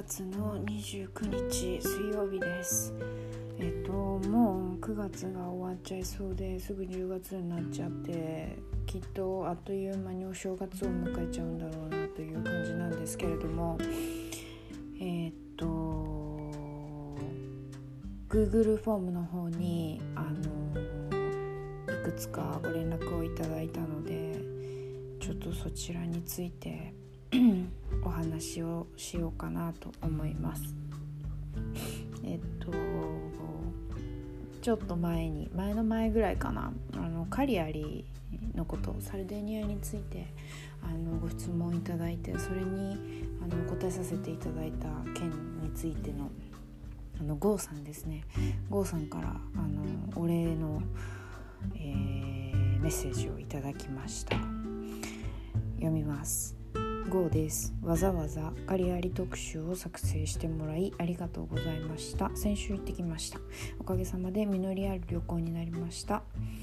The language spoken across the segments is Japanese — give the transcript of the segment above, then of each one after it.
月の29日水曜日です。もう9月が終わっちゃいそうですぐ10月になっちゃって、きっとあっという間にお正月を迎えちゃうんだろうなという感じなんですけれども、Google フォームの方にいくつかご連絡をいただいたので、ちょっとそちらについてお話をしようかなと思います。ちょっと前ぐらいかな、カリアリのこと、サルデーニアについてご質問いただいて、それに答えさせていただいた件についてのゴーさんですね。ゴーさんからお礼の、メッセージをいただきました。読みます。ゴーです。わざわざカリアリ特集を作成してもらいありがとうございました。先週行ってきました。おかげさまで実りある旅行になりました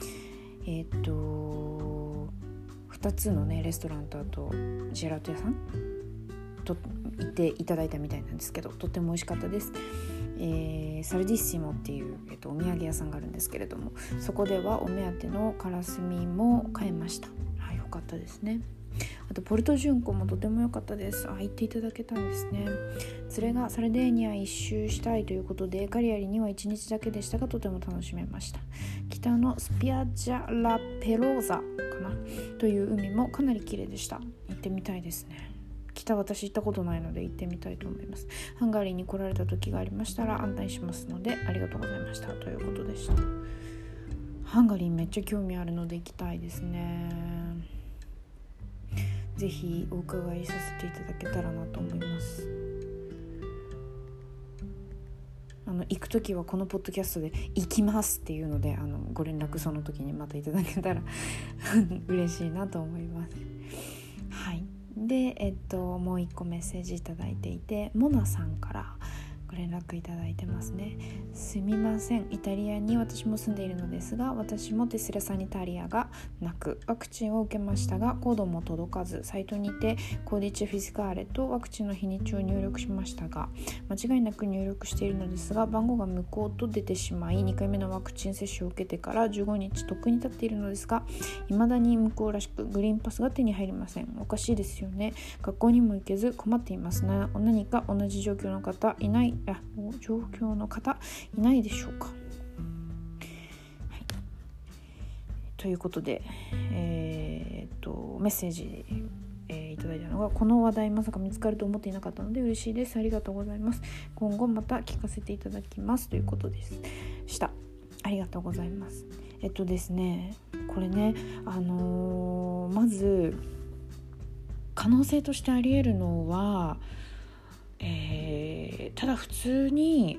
。2つのねレストランとあとジェラート屋さんと行っていただいたみたいなんですけど、とっても美味しかったです。サルディッシモっていう、お土産屋さんがあるんですけれども、そこではお目当てのカラスミも買えました。よかったですね。あとポルト巡航もとても良かったです。行っていただけたんですね。連れがサルデーニャ一周したいということで、カリアリには1日だけでしたがとても楽しめました。北のスピアジャラペローザかなという海もかなり綺麗でした。行ってみたいですね。北私行ったことないので行ってみたいと思います。ハンガリーに来られた時がありましたら案内しますのでありがとうございましたということでした。ハンガリーめっちゃ興味あるので行きたいですね。ぜひお伺いさせていただけたらなと思います。行くときはこのポッドキャストで行きますっていうのでご連絡その時にまたいただけたら嬉しいなと思います。はい。で、もう一個メッセージいただいていて、モナさんからご連絡いただいてますね。すみません、イタリアに私も住んでいるのですが、私もテスラサニタリアがなくワクチンを受けましたがコードも届かず、サイトにてコーディチェフィスカーレとワクチンの日にちを入力しましたが間違いなく入力しているのですが、番号が無効と出てしまい、2回目のワクチン接種を受けてから15日とっくに経っているのですが、未だに無効らしくグリーンパスが手に入りません。おかしいですよね。学校にも行けず困っています。何か同じ状況の方いないでしょうか。ということで、メッセージ、いただいたのが、この話題まさか見つかると思っていなかったので嬉しいです。ありがとうございます。今後また聞かせていただきますということでした。ありがとうございます。ですね、これね、まず可能性としてあり得るのは、ただ普通に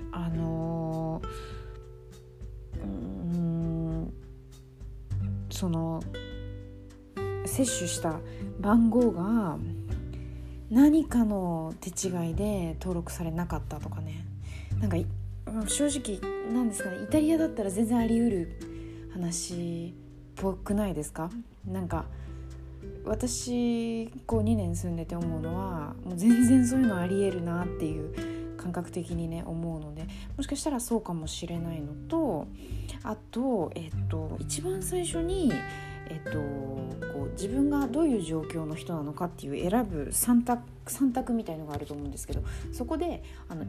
その接種した番号が何かの手違いで登録されなかったとかね、なんか正直なんですかね、イタリアだったら全然あり得る話っぽくないですか。なんか私2年住んでて思うのは、もう全然そういうのあり得るなっていう感覚的にね思うので、もしかしたらそうかもしれないのと、あと一番最初に自分がどういう状況の人なのかっていう選ぶ3択みたいのがあると思うんですけど、そこで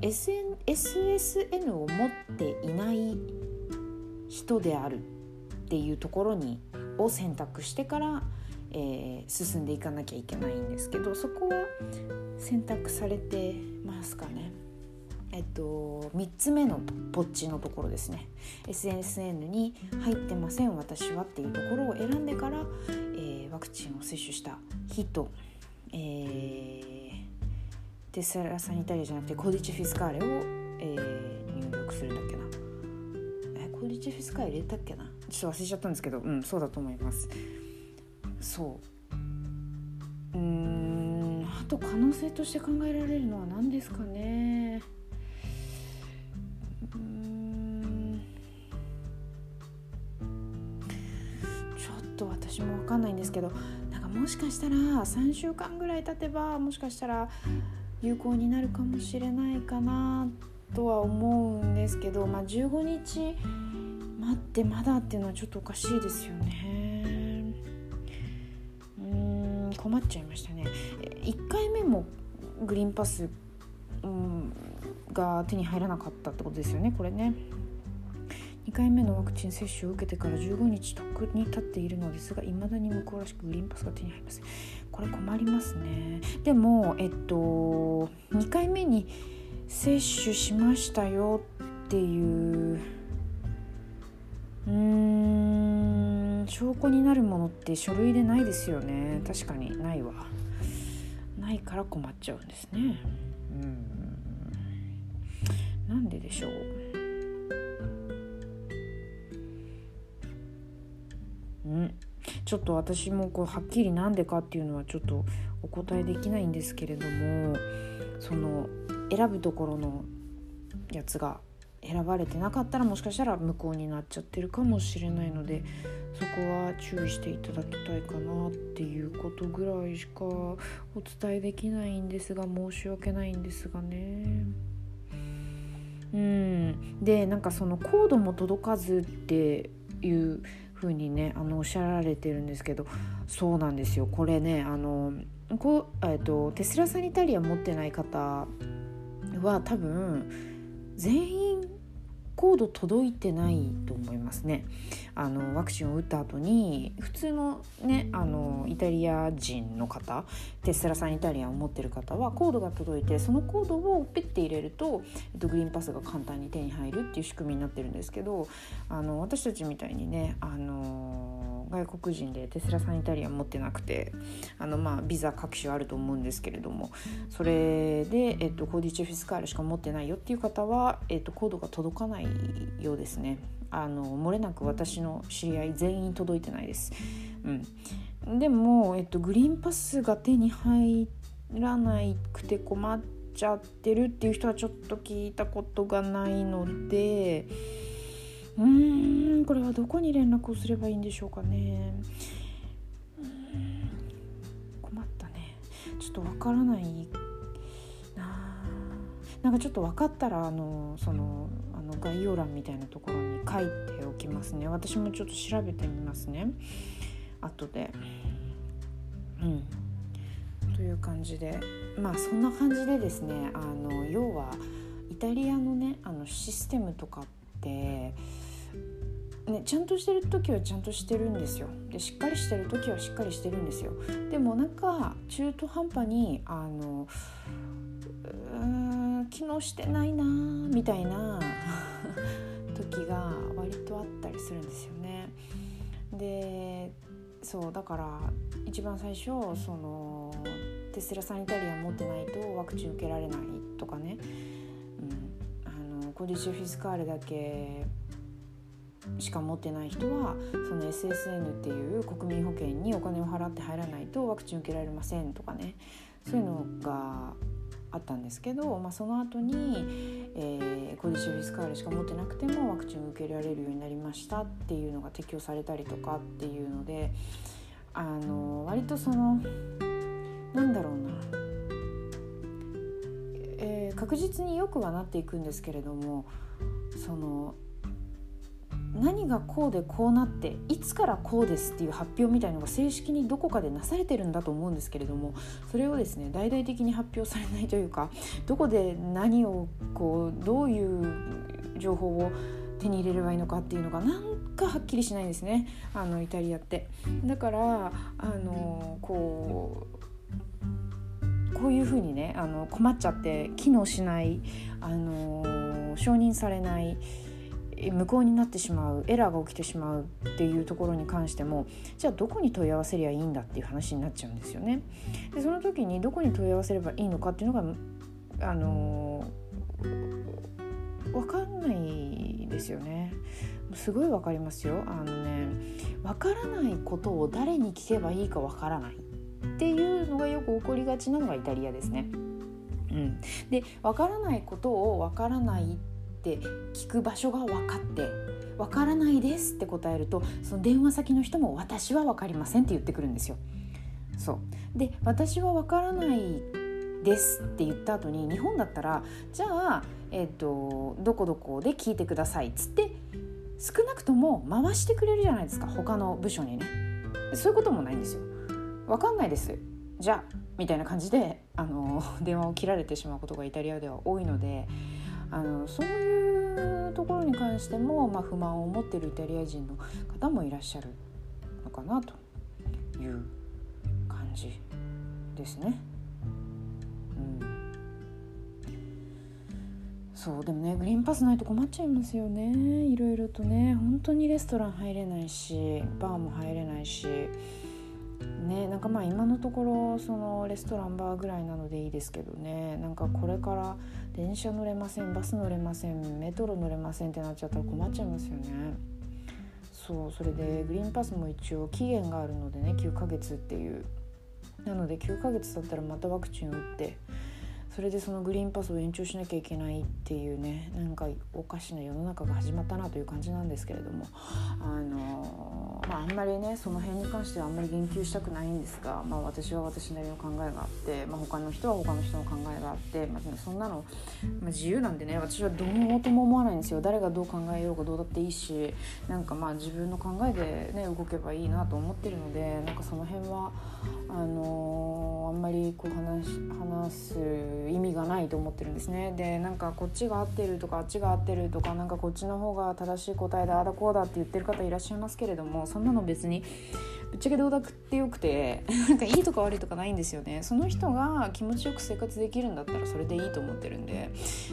SSN を持っていない人であるっていうところを選択してから進んでいかなきゃいけないんですけど、そこは選択されてますかね。3つ目のポッチのところですね。 SSN に入ってません私はっていうところを選んでから、ワクチンを接種した日と、テスラサニタリアじゃなくてコーディチェフィスカーレを、入力するんだっけな。コーディチェフィスカーレ入れたっけな、ちょっと忘れちゃったんですけど、そうだと思います。あと可能性として考えられるのは何ですかね。ちょっと私も分かんないんですけど、なんかもしかしたら3週間ぐらい経てばもしかしたら有効になるかもしれないかなとは思うんですけど、15日待ってまだっていうのはちょっとおかしいですよね。困っちゃいましたね。1回目もグリーンパス、が手に入らなかったってことですよね、これね。2回目のワクチン接種を受けてから15日とっくに経っているのですが、未だに向こうらしくグリーンパスが手に入りません。これ困りますね。でも2回目に接種しましたよっていう証拠になるものって書類でないですよね。確かにないわ。ないから困っちゃうんですね。なんででしょう。ちょっと私もはっきりなんでかっていうのはちょっとお答えできないんですけれども、その選ぶところのやつが選ばれてなかったら、もしかしたら無効になっちゃってるかもしれないので、そこは注意していただきたいかなっていうことぐらいしかお伝えできないんですが、申し訳ないんですがね。でそのコードも届かずっていう風にねおっしゃられてるんですけど、そうなんですよ。これねテスラサニタリア持ってない方は多分全員コード届いてないと思いますね。ワクチンを打った後に普通のねイタリア人の方、テスラサニタリアを持ってる方はコードが届いて、そのコードをペッて入れると、グリーンパスが簡単に手に入るっていう仕組みになってるんですけど、私たちみたいにね外国人でテスラサニタリア持ってなくてビザ各種あると思うんですけれども、それで、コーディチェフィスカールしか持ってないよっていう方は、コードが届かないようですね。漏れなく私の知り合い全員届いてないです。でも、グリーンパスが手に入らなくて困っちゃってるっていう人はちょっと聞いたことがないので、これはどこに連絡をすればいいんでしょうかね。困ったね。ちょっとわからないな。ちょっと分かったら概要欄みたいなところに書いておきますね。私もちょっと調べてみますね、後で。という感じで、そんな感じでですね、要はイタリアのねシステムとかってちゃんとしてる時はちゃんとしてるんですよ。でしっかりしてる時はしっかりしてるんですよ。でも中途半端に機能してないなみたいな時が割とあったりするんですよね。でそうだから一番最初テスラサニタリア持ってないとワクチン受けられないとかね、コーディチェフィスカールだけしか持ってない人はその SSN っていう国民保険にお金を払って入らないとワクチン受けられませんとかね、そういうのがあったんですけど、その後に、コーディチェフィスカールしか持ってなくてもワクチンを受けられるようになりましたっていうのが適用されたりとかっていうので、割と確実に良くはなっていくんですけれども、何がこうでこうなっていつからこうですっていう発表みたいのが正式にどこかでなされてるんだと思うんですけれども、それをですね大々的に発表されないというか、どこで何をどういう情報を手に入れればいいのかっていうのがなんかはっきりしないんですね、イタリアって。だからこういうふうにね困っちゃって機能しない、承認されない、無効になってしまう、エラーが起きてしまうっていうところに関しても、じゃあどこに問い合わせりゃいいんだっていう話になっちゃうんですよね。でその時にどこに問い合わせればいいのかっていうのが分かんないですよね。すごい分かりますよ。分からないことを誰に聞けばいいか分からないっていうのがよく起こりがちなのがイタリアですね。で分からないことを分からないって聞く場所が分かって、分からないですって答えると、その電話先の人も私は分かりませんって言ってくるんですよ。そうで、私は分からないですって言った後に、日本だったらじゃあ、どこどこで聞いてくださいっつって少なくとも回してくれるじゃないですか、他の部署にね。そういうこともないんですよ。分かんないですじゃあみたいな感じで電話を切られてしまうことがイタリアでは多いので、そういうところに関しても、不満を持っているイタリア人の方もいらっしゃるのかなという感じですね。そうでもね、グリーンパスないと困っちゃいますよね。いろいろとね、本当にレストラン入れないし、バーも入れないしね、なんか今のところそのレストランバーぐらいなのでいいですけどね、なんかこれから電車乗れません、バス乗れません、メトロ乗れませんってなっちゃったら困っちゃいますよね。それでグリーンパスも一応期限があるのでね、9ヶ月っていう。なので9ヶ月経ったらまたワクチンを打って、それでそのグリーンパスを延長しなきゃいけないっていうね、なんかおかしな世の中が始まったなという感じなんですけれども、あんまりねその辺に関してはあんまり言及したくないんですが、私は私なりの考えがあって、他の人は他の人の考えがあって、そんなの、自由なんでね、私はどうとも思わないんですよ。誰がどう考えようがどうだっていいし、なんか自分の考えでね動けばいいなと思ってるので、なんかその辺はあんまりこう話す意味がないと思ってるんですね。で、なんかこっちが合ってるとかあっちが合ってるとか、なんかこっちの方が正しい答えだあだこうだって言ってる方いらっしゃいますけれども、そんなの別にぶっちゃけどうだってよくてなんかいいとか悪いとかないんですよね。その人が気持ちよく生活できるんだったらそれでいいと思ってるんで、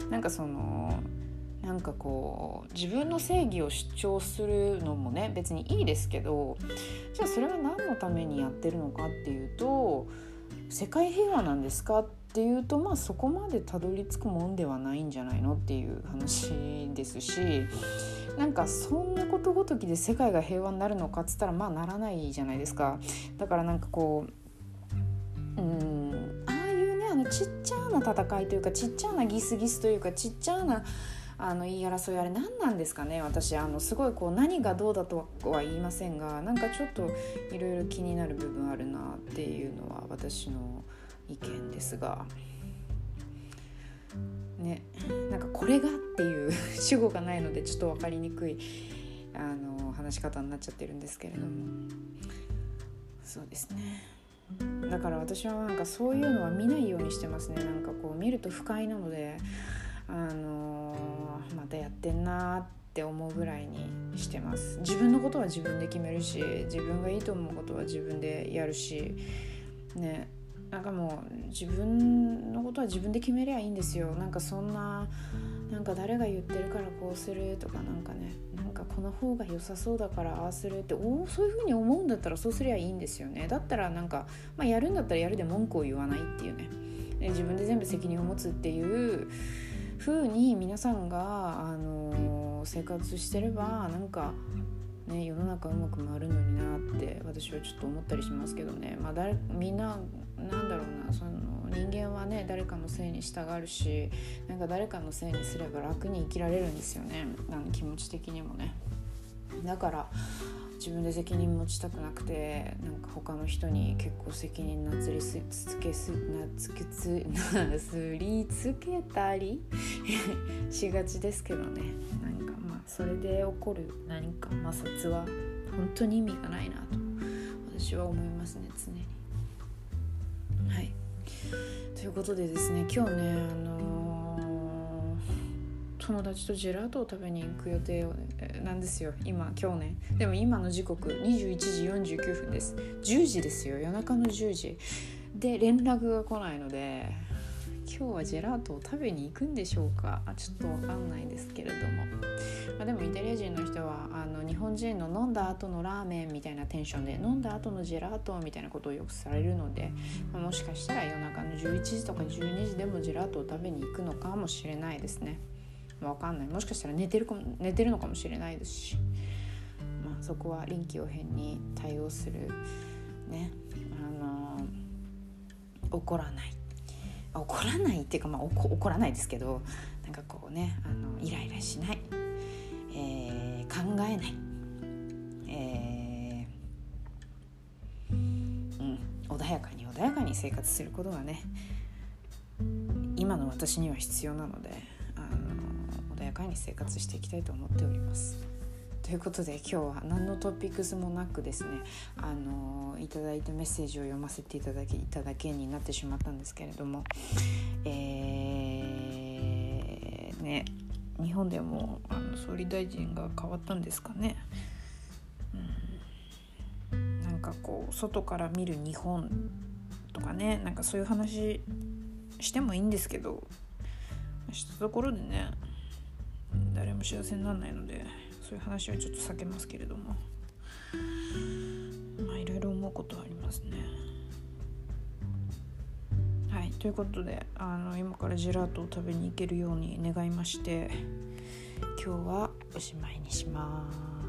なんかこう自分の正義を主張するのもね別にいいですけど、じゃあそれは何のためにやってるのかっていうと、世界平和なんですかっていうと、そこまでたどり着くもんではないんじゃないのっていう話ですし、なんかそんなことごときで世界が平和になるのかっつったらならないじゃないですか。だからなんかこうああいうねちっちゃな戦いというか、ちっちゃなギスギスというか、ちっちゃな言い争い、あれ何なんですかね。私すごいこう何がどうだとは言いませんが、なんかちょっといろいろ気になる部分あるなっていうのは私の意見ですがね。なんかこれがっていう主語がないのでちょっと分かりにくい話し方になっちゃってるんですけれども、そうですね。だから私はなんかそういうのは見ないようにしてますね。なんかこう見ると不快なのでまたやってんなって思うぐらいにしてます。自分のことは自分で決めるし、自分がいいと思うことは自分でやるしね。なんかもう自分のことは自分で決めりゃいいんですよ。なんかそんな、なんか誰が言ってるからこうするとか、なんかね、なんかこの方が良さそうだからああするって、そういう風に思うんだったらそうすりゃいいんですよね。だったらなんか、やるんだったらやるで文句を言わないっていうね。で、自分で全部責任を持つっていう風に皆さんが生活してれば、なんかね、世の中うまく回るのになって私はちょっと思ったりしますけどね。みんななんだろうな、その人間はね誰かのせいに従うし、なんか誰かのせいにすれば楽に生きられるんですよね。気持ち的にもね。だから自分で責任持ちたくなくて、なんか他の人に結構責任なすりつけたりしがちですけどね。なんかそれで起こる何か摩擦は本当に意味がないなと私は思いますね、常に。はい、ということでですね、今日ね友達とジェラートを食べに行く予定なんですよ。今日ね。でも今の時刻21時49分です。10時ですよ。夜中の10時で連絡が来ないので、今日はジェラートを食べに行くんでしょうか。ちょっと分かんないですけれども、でもイタリア人の人は日本人の飲んだ後のラーメンみたいなテンションで、飲んだ後のジェラートみたいなことをよくされるので、もしかしたら夜中の11時とか12時でもジェラートを食べに行くのかもしれないですね。わかんない。もしかしたら寝てるのかもしれないですし、そこは臨機応変に対応するね。怒らないっていうか、怒らないですけど、なんかこうねイライラしない、考えない、穏やかに生活することがね今の私には必要なので穏やかに生活していきたいと思っております。ということで今日は何のトピックスもなくですねいただいたメッセージを読ませていただけになってしまったんですけれども、日本でも総理大臣が変わったんですかね。なんかこう外から見る日本とかね、なんかそういう話してもいいんですけど、したところでね誰も幸せにならないので、そういう話はちょっと避けますけれども、いろいろ思うことはありますね。はい、ということで今からジェラートを食べに行けるように願いまして、今日はおしまいにします。